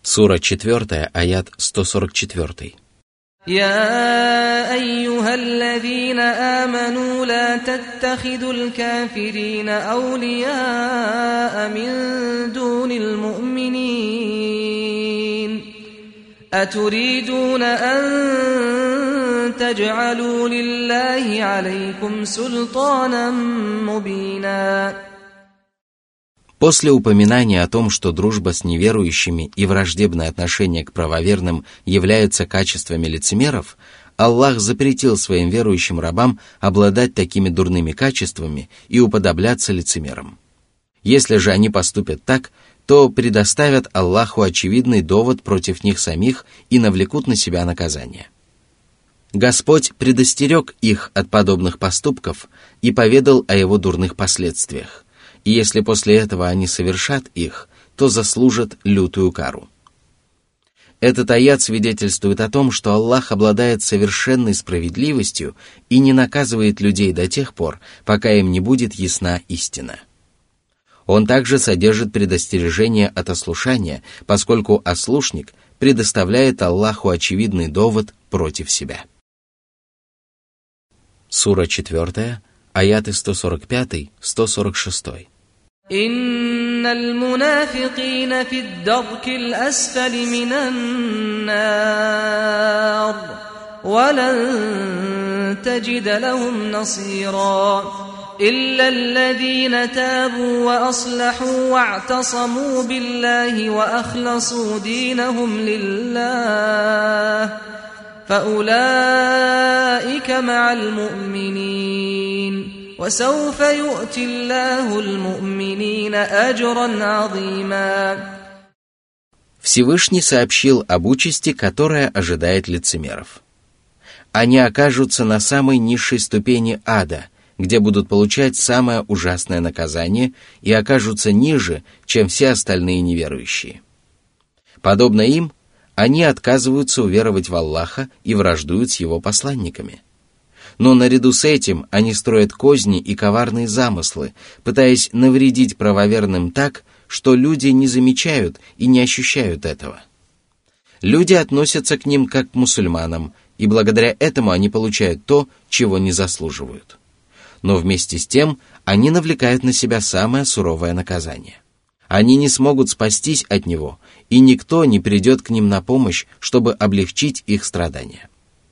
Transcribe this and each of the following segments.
Сура 4, аят 144. يا أيها الذين آمنوا لا تتخذوا الكافرين أولياء من دون المؤمنين أتريدون أن تجعلوا لله عليكم سلطانا مبينا. После упоминания о том, что дружба с неверующими и враждебное отношение к правоверным являются качествами лицемеров, Аллах запретил своим верующим рабам обладать такими дурными качествами и уподобляться лицемерам. Если же они поступят так, то предоставят Аллаху очевидный довод против них самих и навлекут на себя наказание. Господь предостерег их от подобных поступков и поведал о его дурных последствиях. И если после этого они совершат их, то заслужат лютую кару. Этот аят свидетельствует о том, что Аллах обладает совершенной справедливостью и не наказывает людей до тех пор, пока им не будет ясна истина. Он также содержит предостережение от ослушания, поскольку ослушник предоставляет Аллаху очевидный довод против себя. Сура 4, аяты 145-146. إن المنافقين في الدرك الأسفل من النار ولن تجد لهم نصيرا إلا الذين تابوا وأصلحوا واعتصموا بالله وأخلصوا دينهم لله فأولئك مع المؤمنين وسوف يؤتي الله المؤمنين أجرا عظيما. Всевышний сообщил об участи, которая ожидает лицемеров. Они окажутся на самой низшей ступени ада, где будут получать самое ужасное наказание и окажутся ниже, чем все остальные неверующие. Подобно им, они отказываются уверовать в Аллаха и враждуют с его посланниками. Но наряду с этим они строят козни и коварные замыслы, пытаясь навредить правоверным так, что люди не замечают и не ощущают этого. Люди относятся к ним как к мусульманам, и благодаря этому они получают то, чего не заслуживают. Но вместе с тем они навлекают на себя самое суровое наказание. Они не смогут спастись от него, и никто не придет к ним на помощь, чтобы облегчить их страдания.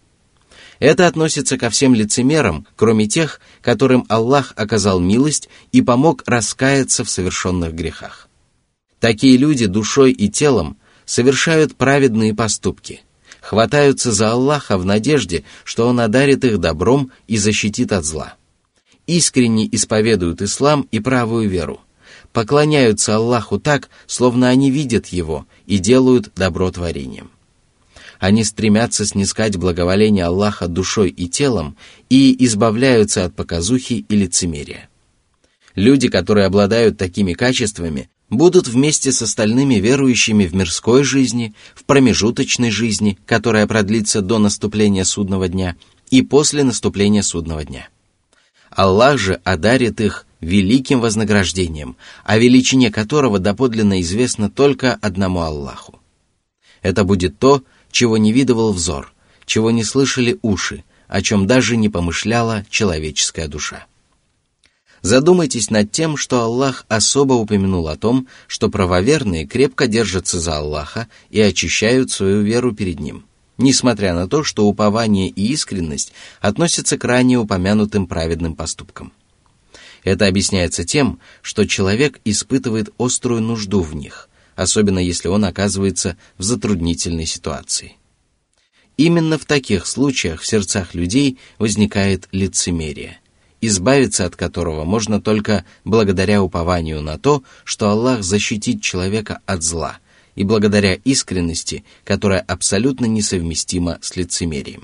Это относится ко всем лицемерам, кроме тех, которым Аллах оказал милость и помог раскаяться в совершенных грехах. Такие люди душой и телом совершают праведные поступки, хватаются за Аллаха в надежде, что Он одарит их добром и защитит от зла. Искренне исповедуют ислам и правую веру, поклоняются Аллаху так, словно они видят Его и делают добро творением. Они стремятся снискать благоволение Аллаха душой и телом и избавляются от показухи и лицемерия. Люди, которые обладают такими качествами, будут вместе с остальными верующими в мирской жизни, в промежуточной жизни, которая продлится до наступления судного дня, и после наступления судного дня. Аллах же одарит их великим вознаграждением, о величине которого доподлинно известно только одному Аллаху. Это будет то, чего не видывал взор, чего не слышали уши, о чем даже не помышляла человеческая душа. Задумайтесь над тем, что Аллах особо упомянул о том, что правоверные крепко держатся за Аллаха и очищают свою веру перед Ним, несмотря на то, что упование и искренность относятся к ранее упомянутым праведным поступкам. Это объясняется тем, что человек испытывает острую нужду в них, особенно если он оказывается в затруднительной ситуации. Именно в таких случаях в сердцах людей возникает лицемерие, избавиться от которого можно только благодаря упованию на то, что Аллах защитит человека от зла, и благодаря искренности, которая абсолютно несовместима с лицемерием.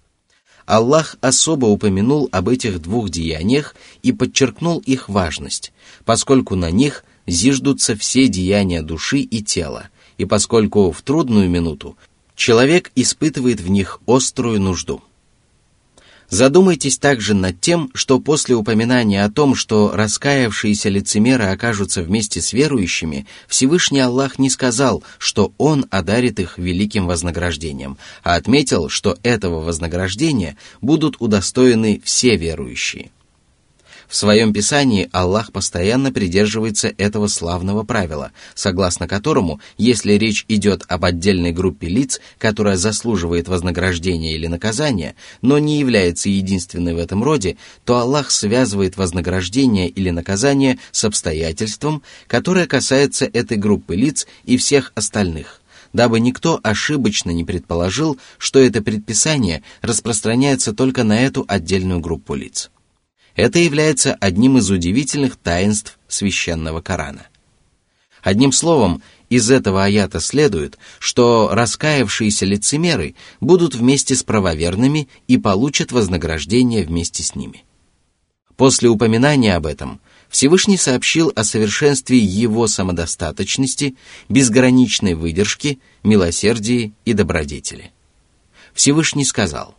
Аллах особо упомянул об этих двух деяниях и подчеркнул их важность, поскольку на них зиждутся все деяния души и тела, и поскольку в трудную минуту человек испытывает в них острую нужду. Задумайтесь также над тем, что после упоминания о том, что раскаявшиеся лицемеры окажутся вместе с верующими, Всевышний Аллах не сказал, что Он одарит их великим вознаграждением, а отметил, что этого вознаграждения будут удостоены все верующие. В своем Писании Аллах постоянно придерживается этого славного правила, согласно которому, если речь идет об отдельной группе лиц, которая заслуживает вознаграждения или наказания, но не является единственной в этом роде, то Аллах связывает вознаграждение или наказание с обстоятельством, которое касается этой группы лиц и всех остальных, дабы никто ошибочно не предположил, что это предписание распространяется только на эту отдельную группу лиц. Это является одним из удивительных таинств священного Корана. Одним словом, из этого аята следует, что раскаявшиеся лицемеры будут вместе с правоверными и получат вознаграждение вместе с ними. После упоминания об этом Всевышний сообщил о совершенстве Его самодостаточности, безграничной выдержки, милосердии и добродетели. Всевышний сказал,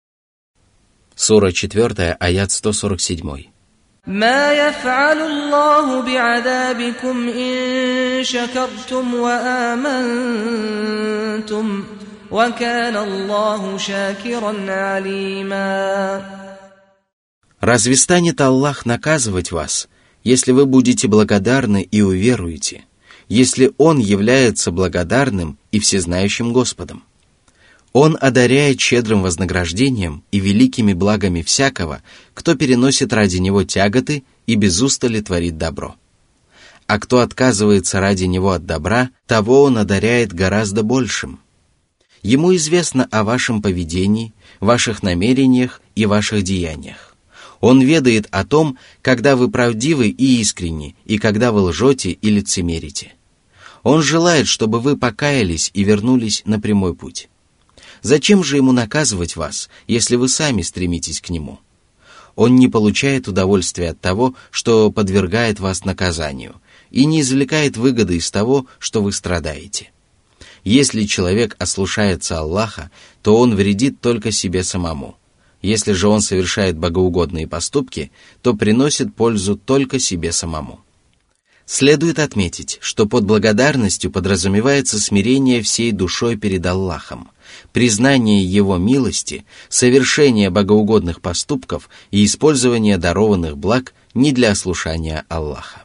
Сура 4, аят 147. «Ма яф'алу Аллаху би'адабикум ин шакартум ва амантум, ва кана Аллаху шакиран алима». Разве станет Аллах наказывать вас, если вы будете благодарны и уверуете, если Он является благодарным и всезнающим Господом? Он одаряет щедрым вознаграждением и великими благами всякого, кто переносит ради Него тяготы и без устали творит добро. А кто отказывается ради Него от добра, того Он одаряет гораздо большим. Ему известно о вашем поведении, ваших намерениях и ваших деяниях. Он ведает о том, когда вы правдивы и искренни, и когда вы лжете и лицемерите. Он желает, чтобы вы покаялись и вернулись на прямой путь. Зачем же Ему наказывать вас, если вы сами стремитесь к Нему? Он не получает удовольствия от того, что подвергает вас наказанию, и не извлекает выгоды из того, что вы страдаете. Если человек ослушается Аллаха, то он вредит только себе самому. Если же он совершает богоугодные поступки, то приносит пользу только себе самому. Следует отметить, что под благодарностью подразумевается смирение всей душой перед Аллахом, признание Его милости, совершение богоугодных поступков и использование дарованных благ не для ослушания Аллаха.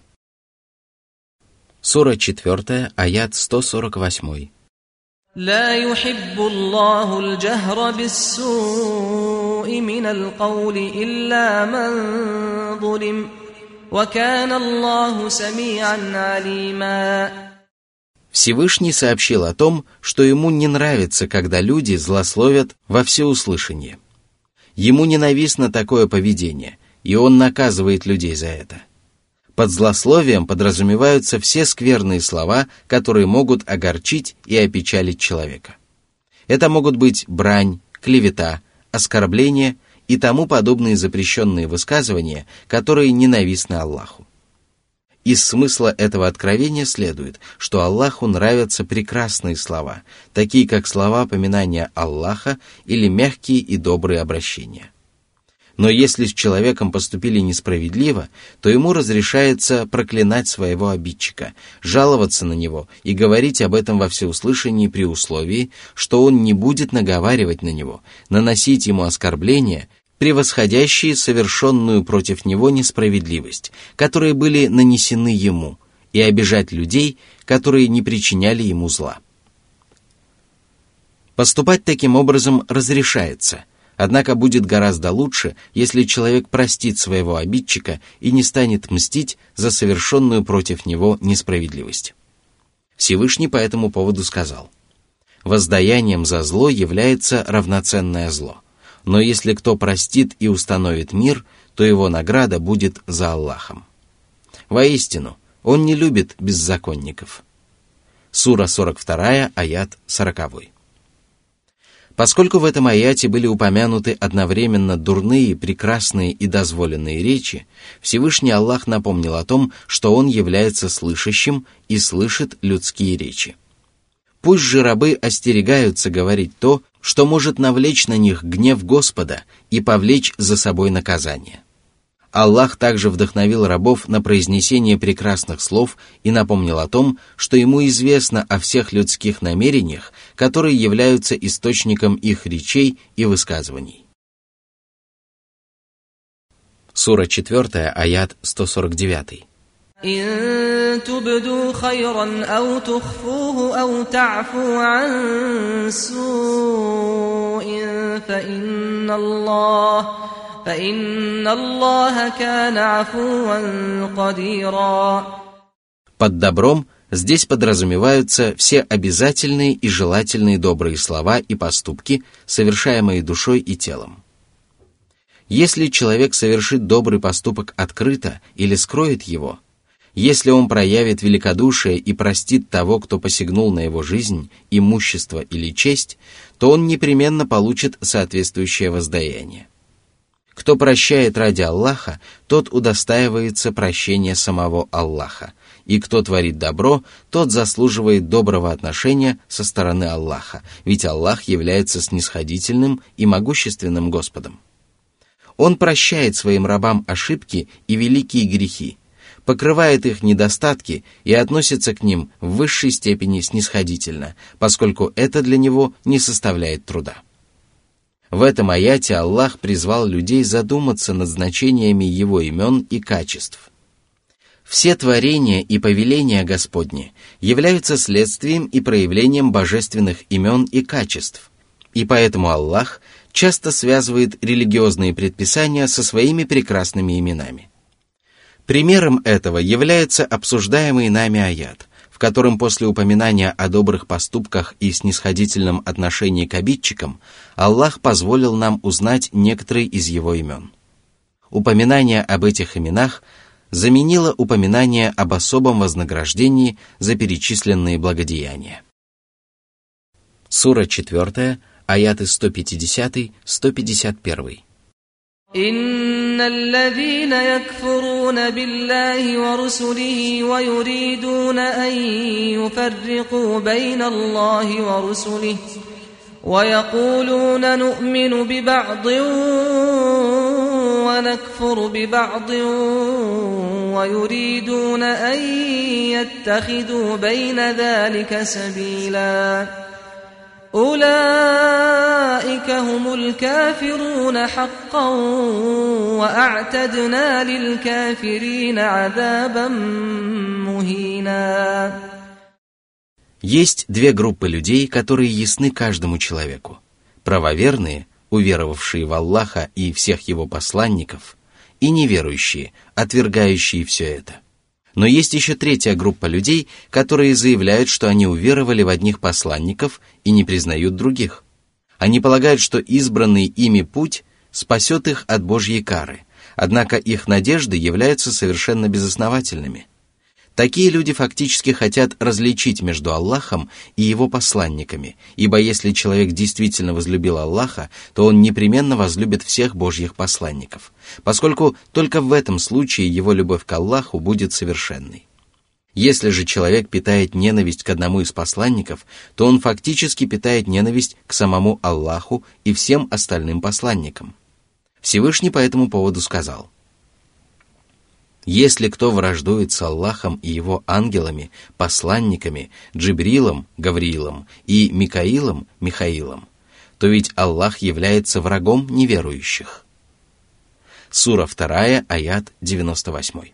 Сура 4, аят 148. لا يحب الله الجهر بالسوء من القول إلا من ظلم وكان الله سميعا عليما. Всевышний сообщил о том, что Ему не нравится, когда люди злословят во всеуслышание. Ему ненавистно такое поведение, и Он наказывает людей за это. Под злословием подразумеваются все скверные слова, которые могут огорчить и опечалить человека. Это могут быть брань, клевета, оскорбления и тому подобные запрещенные высказывания, которые ненавистны Аллаху. Из смысла этого откровения следует, что Аллаху нравятся прекрасные слова, такие как слова поминания Аллаха или мягкие и добрые обращения. Но если с человеком поступили несправедливо, то ему разрешается проклинать своего обидчика, жаловаться на него и говорить об этом во всеуслышании при условии, что он не будет наговаривать на него, наносить ему оскорбления, превосходящие совершенную против него несправедливость, которые были нанесены ему, и обижать людей, которые не причиняли ему зла. Поступать таким образом разрешается, однако будет гораздо лучше, если человек простит своего обидчика и не станет мстить за совершенную против него несправедливость. Всевышний по этому поводу сказал: «Воздаянием за зло является равноценное зло, но если кто простит и установит мир, то его награда будет за Аллахом. Воистину, Он не любит беззаконников». Сура 42, аят 40. Поскольку в этом аяте были упомянуты одновременно дурные, прекрасные и дозволенные речи, Всевышний Аллах напомнил о том, что Он является слышащим и слышит людские речи. Пусть же рабы остерегаются говорить то, что может навлечь на них гнев Господа и повлечь за собой наказание. Аллах также вдохновил рабов на произнесение прекрасных слов и напомнил о том, что ему известно о всех людских намерениях, которые являются источником их речей и высказываний. Сура 4, аят 149. إن تبدوا خيرا أو تخفوه أو تعفو عن سوء فإن الله كان عفوا قديرا. Под добром здесь подразумеваются все обязательные и желательные добрые слова и поступки, совершаемые душой и телом. Если человек совершит добрый поступок открыто или скроет его, если он проявит великодушие и простит того, кто посягнул на его жизнь, имущество или честь, то он непременно получит соответствующее воздаяние. Кто прощает ради Аллаха, тот удостаивается прощения самого Аллаха, и кто творит добро, тот заслуживает доброго отношения со стороны Аллаха, ведь Аллах является снисходительным и могущественным Господом. Он прощает своим рабам ошибки и великие грехи, покрывает их недостатки и относится к ним в высшей степени снисходительно, поскольку это для него не составляет труда. В этом аяте Аллах призвал людей задуматься над значениями Его имен и качеств. Все творения и повеления Господни являются следствием и проявлением божественных имен и качеств, и поэтому Аллах часто связывает религиозные предписания со своими прекрасными именами. Примером этого является обсуждаемый нами аят, в котором после упоминания о добрых поступках и снисходительном отношении к обидчикам Аллах позволил нам узнать некоторые из Его имен. Упоминание об этих именах заменило упоминание об особом вознаграждении за перечисленные благодеяния. Сура 4, аяты 150-151. إن الذين يكفرون بالله ورسله ويريدون أن يفرقوا بين الله ورسله ويقولون نؤمن ببعض ونكفر ببعض ويريدون أن يتخذوا بين ذلك سبيلا أولئك هم الكافرون حقا وأعتدنا للكافرين عذابا مهينا. Есть две группы людей, которые ясны каждому человеку. Правоверные, уверовавшие в Аллаха и всех Его посланников, и неверующие, отвергающие все это. Но есть еще третья группа людей, которые заявляют, что они уверовали в одних посланников и не признают других. Они полагают, что избранный ими путь спасет их от Божьей кары, однако их надежды являются совершенно безосновательными. Такие люди фактически хотят различить между Аллахом и Его посланниками, ибо если человек действительно возлюбил Аллаха, то он непременно возлюбит всех Божьих посланников, поскольку только в этом случае его любовь к Аллаху будет совершенной. Если же человек питает ненависть к одному из посланников, то он фактически питает ненависть к самому Аллаху и всем остальным посланникам. Всевышний по этому поводу сказал: «Если кто враждует с Аллахом и Его ангелами, посланниками, Джибрилом, Гавриилом и Микаилом, Михаилом, то ведь Аллах является врагом неверующих». Сура 2, аят 98.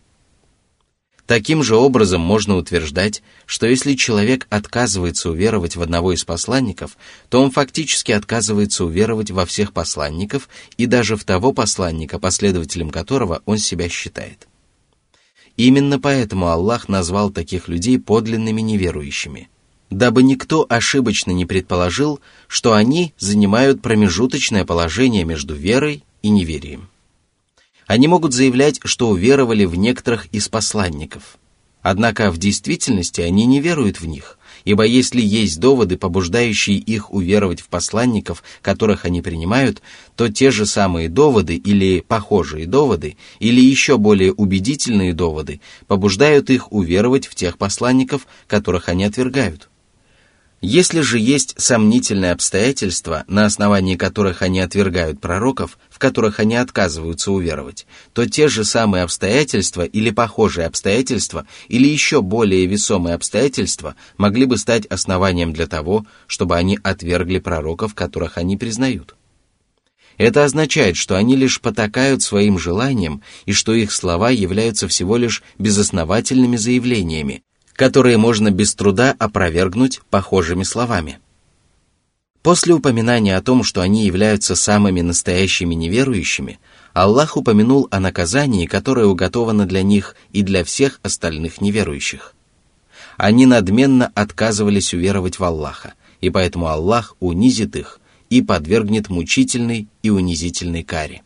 Таким же образом можно утверждать, что если человек отказывается уверовать в одного из посланников, то он фактически отказывается уверовать во всех посланников и даже в того посланника, последователем которого он себя считает. Именно поэтому Аллах назвал таких людей подлинными неверующими, дабы никто ошибочно не предположил, что они занимают промежуточное положение между верой и неверием. Они могут заявлять, что уверовали в некоторых из посланников, однако в действительности они не веруют в них, ибо если есть доводы, побуждающие их уверовать в посланников, которых они принимают, то те же самые доводы или похожие доводы, или еще более убедительные доводы побуждают их уверовать в тех посланников, которых они отвергают. Если же есть сомнительные обстоятельства, на основании которых они отвергают пророков, в которых они отказываются уверовать, то те же самые обстоятельства или похожие обстоятельства или еще более весомые обстоятельства могли бы стать основанием для того, чтобы они отвергли пророков, которых они признают. Это означает, что они лишь потакают своим желаниям и что их слова являются всего лишь безосновательными заявлениями, которые можно без труда опровергнуть похожими словами. После упоминания о том, что они являются самыми настоящими неверующими, Аллах упомянул о наказании, которое уготовано для них и для всех остальных неверующих. Они надменно отказывались уверовать в Аллаха, и поэтому Аллах унизит их и подвергнет мучительной и унизительной каре.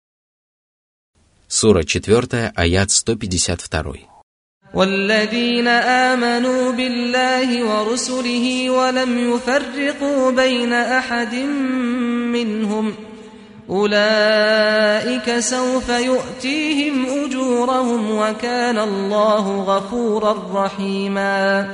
Сура 4, аят 152. والذين آمنوا بالله ورسله ولم يفرقوا بين أحد منهم أولئك سوف يؤتيهم أجورهم وكان الله غفورا رحيما.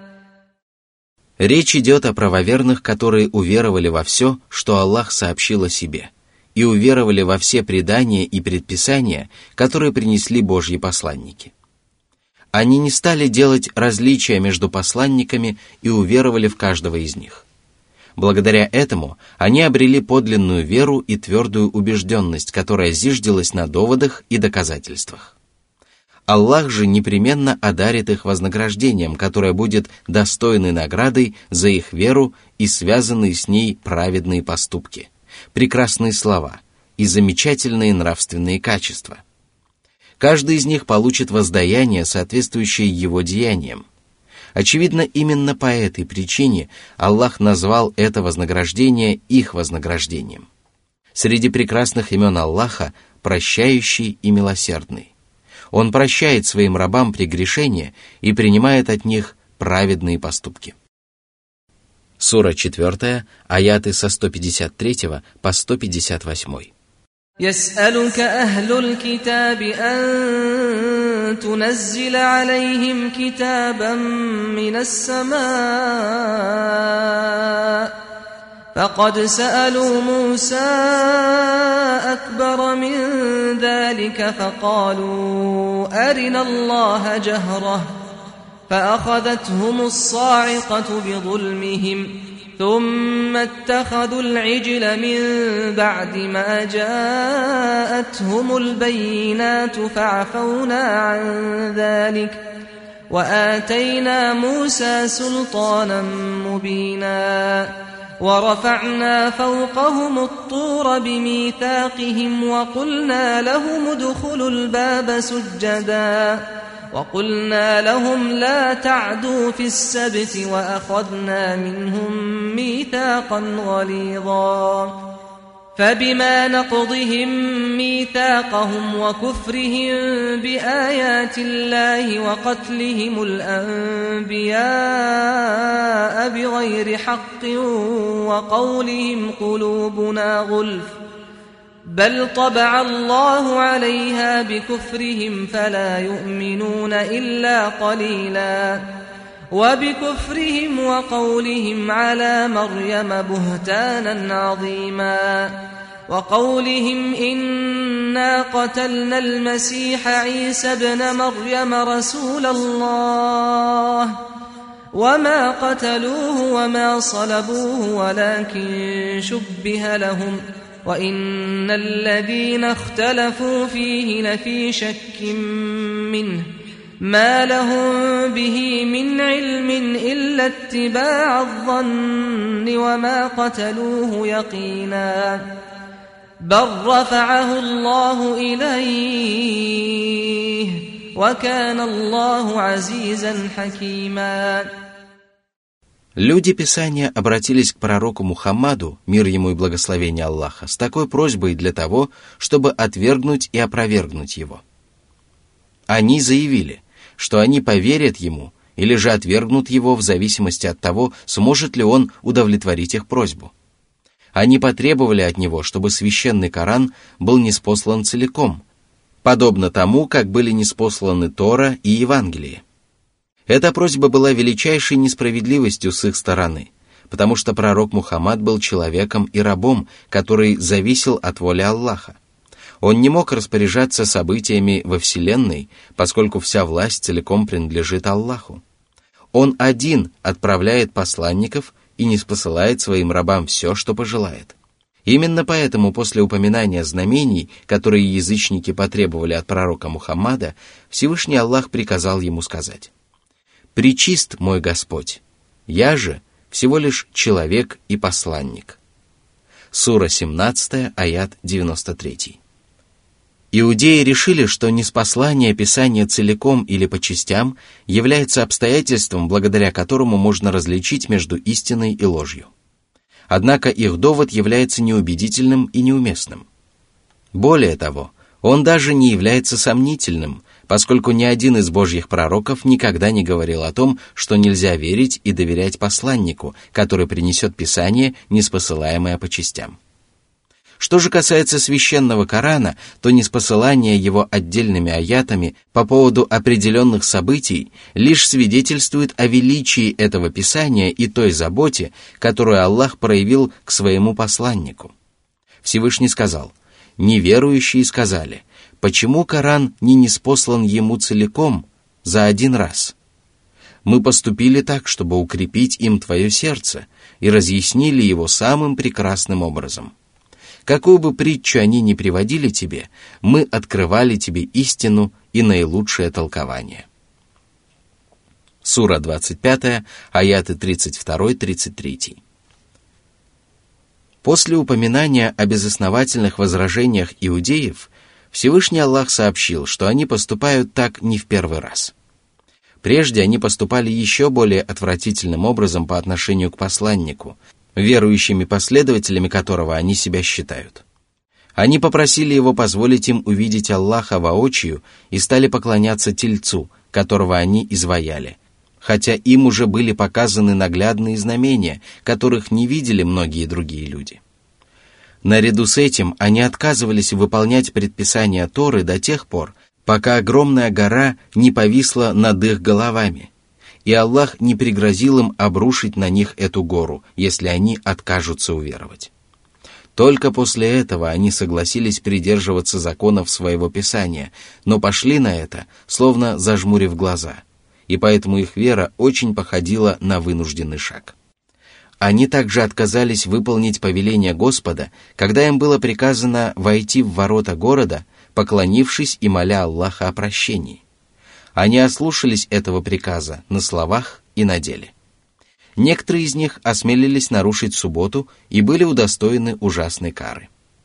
Речь идет о правоверных, которые уверовали во все, что Аллах сообщил о себе, и уверовали во все предания и предписания, которые принесли Божьи посланники. Они не стали делать различия между посланниками и уверовали в каждого из них. Благодаря этому они обрели подлинную веру и твердую убежденность, которая зиждилась на доводах и доказательствах. Аллах же непременно одарит их вознаграждением, которое будет достойной наградой за их веру и связанные с ней праведные поступки, прекрасные слова и замечательные нравственные качества. Каждый из них получит воздаяние, соответствующее его деяниям. Очевидно, именно по этой причине Аллах назвал это вознаграждение их вознаграждением. Среди прекрасных имен Аллаха – прощающий и милосердный. Он прощает своим рабам прегрешения и принимает от них праведные поступки. Сура 4, аяты со 153 по 158. يسألك أهل الكتاب أن تنزل عليهم كتابا من السماء فقد سألوا موسى أكبر من ذلك فقالوا أرنا الله جهرة فأخذتهم الصاعقة بظلمهم ثم اتخذوا العجل من بعد ما جاءتهم البينات فعفونا عن ذلك وآتينا موسى سلطانا مبينا ورفعنا فوقهم الطور بميثاقهم وقلنا لهم ادخلوا الباب سجدا وقلنا لهم لا تعدوا في السبت وأخذنا منهم ميثاقا غليظا فبما نقضهم ميثاقهم وكفرهم بآيات الله وقتلهم الأنبياء بغير حق وقولهم قلوبنا غلف بل طبع الله عليها بكفرهم فلا يؤمنون إلا قليلا وبكفرهم وقولهم على مريم بهتانا عظيما وقولهم إنا قتلنا المسيح عيسى ابن مريم رسول الله وما قتلوه وما صلبوه ولكن شبه لهم وإن الذين اختلفوا فيه لفي شك منه ما لهم به من علم إلا اتباع الظن وما قتلوه يقينا بل رفعه الله إليه وكان الله عزيزا حكيما. Люди Писания обратились к пророку Мухаммаду, мир ему и благословение Аллаха, с такой просьбой для того, чтобы отвергнуть и опровергнуть его. Они заявили, что они поверят ему или же отвергнут его в зависимости от того, сможет ли он удовлетворить их просьбу. Они потребовали от него, чтобы священный Коран был ниспослан целиком, подобно тому, как были ниспосланы Тора и Евангелие. Эта просьба была величайшей несправедливостью с их стороны, потому что пророк Мухаммад был человеком и рабом, который зависел от воли Аллаха. Он не мог распоряжаться событиями во Вселенной, поскольку вся власть целиком принадлежит Аллаху. Он один отправляет посланников и ниспосылает своим рабам все, что пожелает. Именно поэтому после упоминания знамений, которые язычники потребовали от пророка Мухаммада, Всевышний Аллах приказал ему сказать: «Пречист мой Господь, я же всего лишь человек и посланник». Сура 17, аят 93. Иудеи решили, что ниспослание Писания целиком или по частям является обстоятельством, благодаря которому можно различить между истиной и ложью. Однако их довод является неубедительным и неуместным. Более того, он даже не является сомнительным, поскольку ни один из Божьих пророков никогда не говорил о том, что нельзя верить и доверять посланнику, который принесет Писание, ниспосылаемое по частям. Что же касается священного Корана, то ниспосылание его отдельными аятами по поводу определенных событий лишь свидетельствует о величии этого Писания и той заботе, которую Аллах проявил к своему посланнику. Всевышний сказал: «Неверующие сказали: почему Коран не ниспослан ему целиком за один раз? Мы поступили так, чтобы укрепить им твое сердце, и разъяснили его самым прекрасным образом. Какую бы притчу они ни приводили тебе, мы открывали тебе истину и наилучшее толкование». Сура 25, аяты 32-33. После упоминания о безосновательных возражениях иудеев, Всевышний Аллах сообщил, что они поступают так не в первый раз. Прежде они поступали еще более отвратительным образом по отношению к посланнику, верующими последователями которого они себя считают. Они попросили его позволить им увидеть Аллаха воочию и стали поклоняться тельцу, которого они изваяли, хотя им уже были показаны наглядные знамения, которых не видели многие другие люди. Наряду с этим они отказывались выполнять предписания Торы до тех пор, пока огромная гора не повисла над их головами, и Аллах не пригрозил им обрушить на них эту гору, если они откажутся уверовать. Только после этого они согласились придерживаться законов своего Писания, но пошли на это, словно зажмурив глаза, и поэтому их вера очень походила на вынужденный шаг. Они также отказались выполнить повеление Господа, когда им было приказано войти в ворота города, поклонившись и моля Аллаха о прощении. Они ослушались этого приказа на словах и на деле. Некоторые из них осмелились нарушить субботу и были удостоены ужасной кары.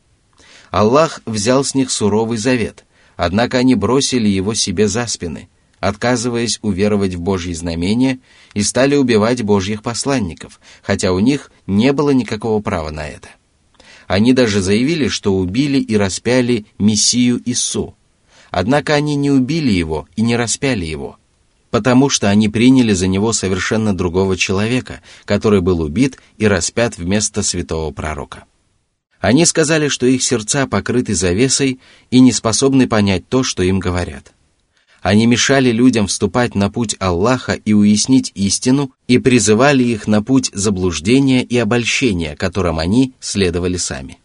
Аллах взял с них суровый завет, однако они бросили его себе за спины, отказываясь уверовать в Божьи знамения, и стали убивать Божьих посланников, хотя у них не было никакого права на это. Они даже заявили, что убили и распяли Мессию Иису. Однако они не убили его и не распяли его, потому что они приняли за него совершенно другого человека, который был убит и распят вместо святого пророка. Они сказали, что их сердца покрыты завесой и не способны понять то, что им говорят. Они мешали людям вступать на путь Аллаха и уяснить истину, и призывали их на путь заблуждения и обольщения, которым они следовали сами.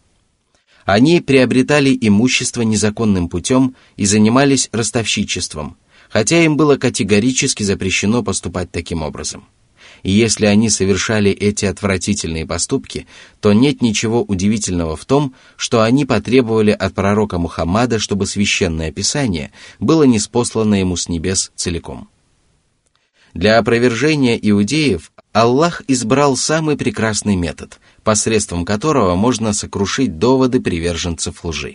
Они приобретали имущество незаконным путем и занимались ростовщичеством, хотя им было категорически запрещено поступать таким образом. И если они совершали эти отвратительные поступки, то нет ничего удивительного в том, что они потребовали от пророка Мухаммада, чтобы священное Писание было ниспослано ему с небес целиком. Для опровержения иудеев Аллах избрал самый прекрасный метод, посредством которого можно сокрушить доводы приверженцев лжи.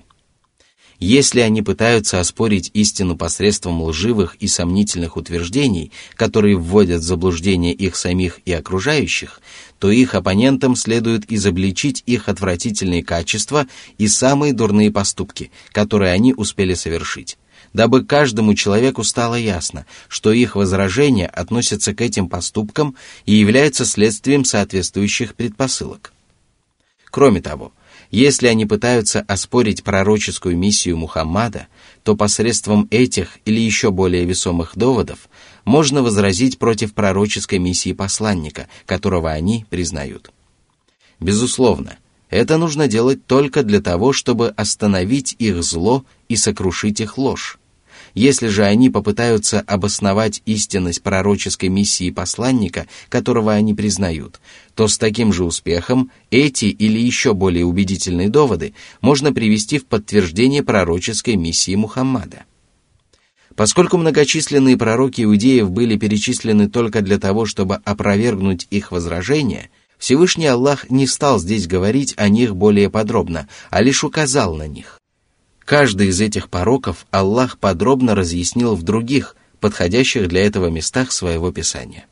Если они пытаются оспорить истину посредством лживых и сомнительных утверждений, которые вводят в заблуждение их самих и окружающих, то их оппонентам следует изобличить их отвратительные качества и самые дурные поступки, которые они успели совершить, дабы каждому человеку стало ясно, что их возражения относятся к этим поступкам и являются следствием соответствующих предпосылок. Кроме того, Если они пытаются оспорить пророческую миссию Мухаммада, то посредством этих или еще более весомых доводов можно возразить против пророческой миссии посланника, которого они признают. Безусловно, это нужно делать только для того, чтобы остановить их зло и сокрушить их ложь. Если же они попытаются обосновать истинность пророческой миссии посланника, которого они признают, то с таким же успехом эти или еще более убедительные доводы можно привести в подтверждение пророческой миссии Мухаммада. Поскольку многочисленные пророки иудеев были перечислены только для того, чтобы опровергнуть их возражения, Всевышний Аллах не стал здесь говорить о них более подробно, а лишь указал на них. Каждый из этих пороков Аллах подробно разъяснил в других, подходящих для этого местах своего Писания.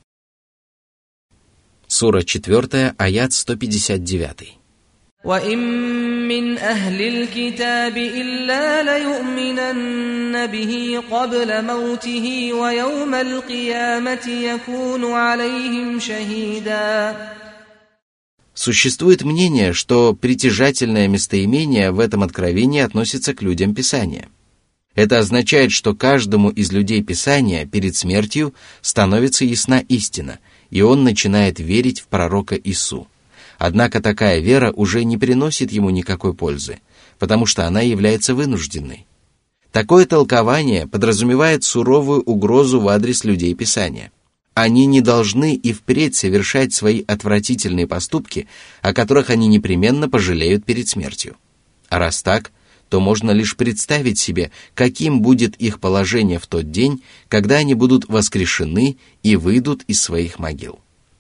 Сура 4, аят 159. وَإِن مِّنْ أَهْلِ الْكِتَابِ إِلَّا لَيُؤْمِنَنَّ بِهِ قَبْلَ مَوْتِهِ وَيَوْمَ الْقِيَامَةِ يَكُونُ عَلَيْهِمْ شَهِيدًا. Существует мнение, что притяжательное местоимение в этом откровении относится к людям Писания. Это означает, что каждому из людей Писания перед смертью становится ясна истина, и он начинает верить в пророка Ису. Однако такая вера уже не приносит ему никакой пользы, потому что она является вынужденной. Такое толкование подразумевает суровую угрозу в адрес людей Писания. Они не должны и впредь совершать свои отвратительные поступки, о которых они непременно пожалеют перед смертью. А раз так, то можно лишь представить себе, каким будет их положение в тот день, когда они будут воскрешены и выйдут из своих могил.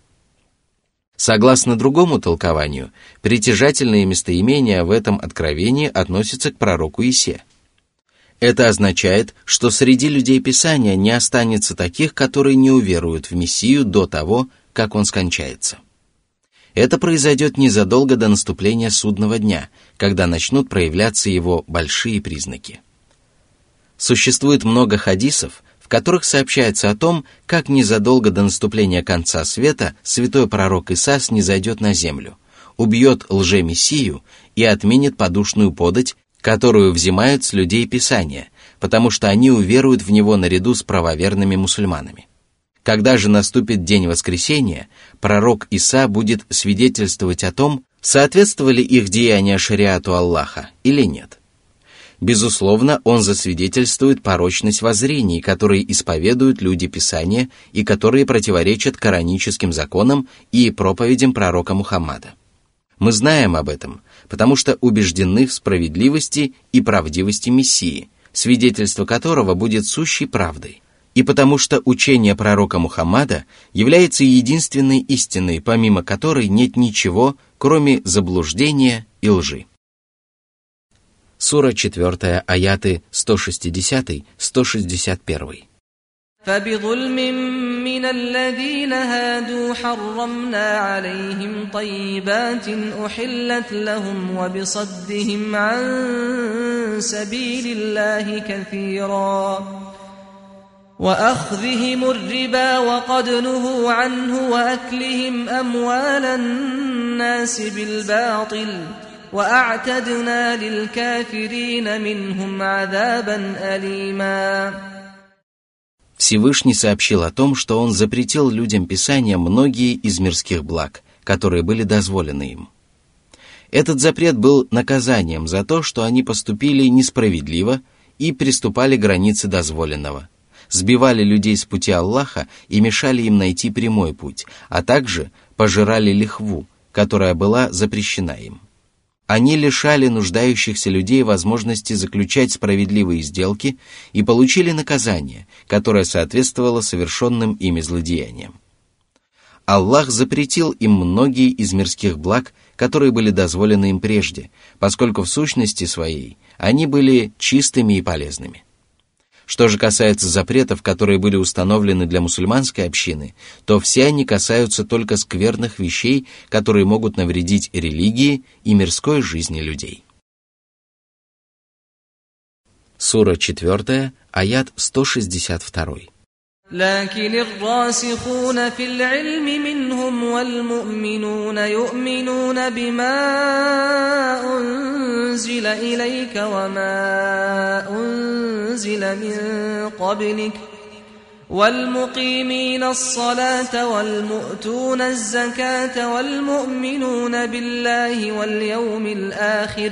Согласно другому толкованию, притяжательные местоимения в этом откровении относятся к пророку Исе. Это означает, что среди людей Писания не останется таких, которые не уверуют в Мессию до того, как он скончается. Это произойдет незадолго до наступления судного дня, когда начнут проявляться его большие признаки. Существует много хадисов, в которых сообщается о том, как незадолго до наступления конца света святой пророк Иса снизойдет на землю, убьет лжемессию и отменит подушную подать, которую взимают с людей Писания, потому что они уверуют в него наряду с правоверными мусульманами. Когда же наступит день воскресения, пророк Иса будет свидетельствовать о том, соответствовали их деяния шариату Аллаха или нет. Безусловно, он засвидетельствует порочность воззрений, которые исповедуют люди Писания и которые противоречат кораническим законам и проповедям пророка Мухаммада. Мы знаем об этом, потому что убеждены в справедливости и правдивости Мессии, свидетельство которого будет сущей правдой, и потому что учение пророка Мухаммада является единственной истиной, помимо которой нет ничего, кроме заблуждения и лжи. Сура 4, аяты 160-161. فبظلم من الذين هادوا حرمنا عليهم طيبات أحلت لهم وبصدهم عن سبيل الله كثيرا وأخذهم الربا وقد نهوا عنه وأكلهم أموال الناس بالباطل وأعتدنا للكافرين منهم عذابا أليما. Всевышний сообщил о том, что Он запретил людям Писания многие из мирских благ, которые были дозволены им. Этот запрет был наказанием за то, что они поступили несправедливо и приступали к границе дозволенного, сбивали людей с пути Аллаха и мешали им найти прямой путь, а также пожирали лихву, которая была запрещена им. Они лишали нуждающихся людей возможности заключать справедливые сделки и получили наказание, которое соответствовало совершенным ими злодеяниям. Аллах запретил им многие из мирских благ, которые были дозволены им прежде, поскольку в сущности своей они были чистыми и полезными. Что же касается запретов, которые были установлены для мусульманской общины, то все они касаются только скверных вещей, которые могут навредить религии и мирской жизни людей. Сура 4, аят 162. لكن الراسخون في العلم منهم والمؤمنون يؤمنون بما أنزل إليك وما أنزل من قبلك والمقيمين الصلاة والمؤتون الزكاة والمؤمنون بالله واليوم الآخر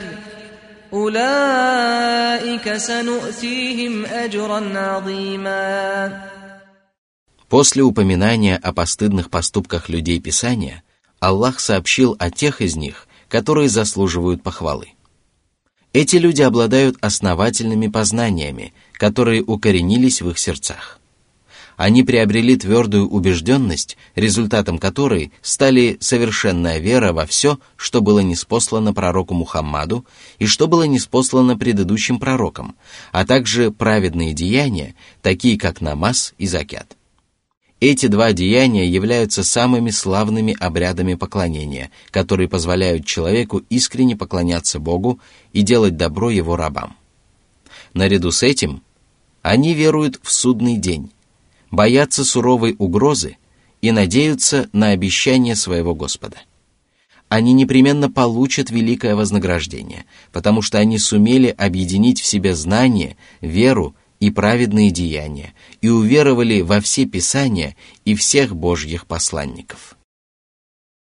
أولئك سنؤتيهم أجرا عظيما. После упоминания о постыдных поступках людей Писания, Аллах сообщил о тех из них, которые заслуживают похвалы. Эти люди обладают основательными познаниями, которые укоренились в их сердцах. Они приобрели твердую убежденность, результатом которой стали совершенная вера во все, что было ниспослано пророку Мухаммаду и что было ниспослано предыдущим пророкам, а также праведные деяния, такие как намаз и закят. Эти два деяния являются самыми славными обрядами поклонения, которые позволяют человеку искренне поклоняться Богу и делать добро его рабам. Наряду с этим, они веруют в судный день, боятся суровой угрозы и надеются на обещание своего Господа. Они непременно получат великое вознаграждение, потому что они сумели объединить в себе знание, веру и праведные деяния, и уверовали во все Писания и всех Божьих посланников.